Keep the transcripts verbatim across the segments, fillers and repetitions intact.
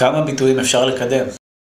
כמה ביטויים אפשר לקדם.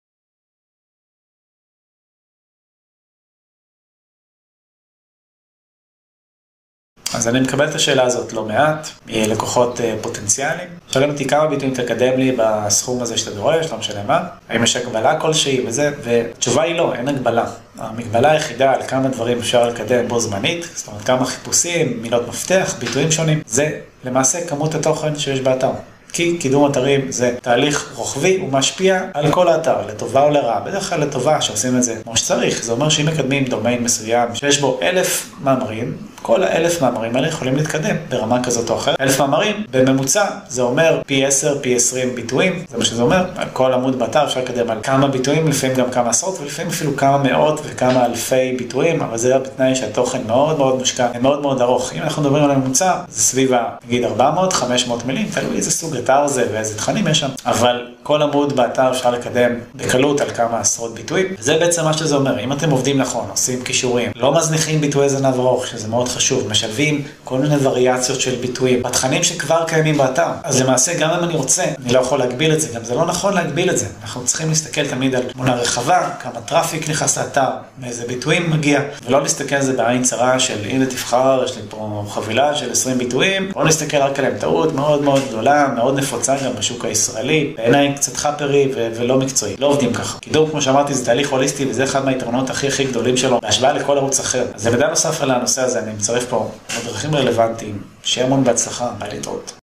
אז אני מקבל את השאלה הזאת לא מעט, מלקוחות פוטנציאליים. שואלים אותי כמה ביטויים תקדם לי בסכום הזה שאתה דורש, לא משנה מה. האם יש הגבלה כלשהי וזה, ותשובה היא לא, אין הגבלה. המגבלה היחידה על כמה דברים אפשר לקדם בו זמנית, זאת אומרת כמה חיפושים, מילות מפתח, ביטויים שונים, זה למעשה כמות התוכן שיש באתר. כי קידום אתרים זה תהליך רוחבי, הוא משפיע על כל האתר, לטובה או לרעה. בדרך כלל לטובה שעושים את זה כמו שצריך. זה אומר שאם מקדמים דומיין מסוים שיש בו אלף מאמרים, כל האלף מאמרים האלה יכולים להתקדם ברמה כזאת או אחרת. אלף מאמרים בממוצע, זה אומר פי עשר, פי עשרים ביטויים. זה מה שזה אומר. על כל עמוד באתר אפשר לקדם על כמה ביטויים, לפעמים גם כמה עשרות, ולפעמים אפילו כמה מאות וכמה אלפי ביטויים, אבל זה בתנאי שהתוכן מאוד מאוד מושקע, מאוד מאוד ארוך. אם אנחנו מדברים על הממוצע, זה סביב, נגיד, ארבע מאות, חמש מאות מילים, תלוי איזה סוג אתר זה ואיזה תכנים יש שם. אבל כל עמוד באתר אפשר לקדם בקלות על כמה עשרות ביטויים. זה בעצם מה שזה אומר. אם אתם עובדים נכון, עושים קישורים, לא מזניחים ביטויי זנב ארוך, שזה מאוד חשוב, משלבים כל מיני וריאציות של ביטויים, בתכנים שכבר קיימים באתר. אז למעשה, גם אם אני רוצה, אני לא יכול להגביל את זה, גם זה לא נכון להגביל את זה. אנחנו צריכים להסתכל תמיד על תמונה רחבה, כמה טראפיק נכנס לאתר, מאיזה ביטויים מגיע, ולא להסתכל על זה בעין צרה של הנה תבחר, יש לי פה חבילה של עשרים ביטויים, בואו נסתכל רק עליהם. טעות מאוד מאוד גדולה, מאוד נפוצה גם בשוק הישראלי, בעיניי קצת חפרי ו- ולא מקצועי. לא עובדים ככה. קידום, כמו שאמרתי, זה תהליך הוליסטי, וזה אחד מהיתרונות הכי הכי גדולים שלו, בהשוואה לכל ערוץ אחר. אז זה מידע נוסף על הנושא הזה, אני מצרף פה מדרכים רלוונטיים, שיהיה המון בהצלחה, ביי להתראות.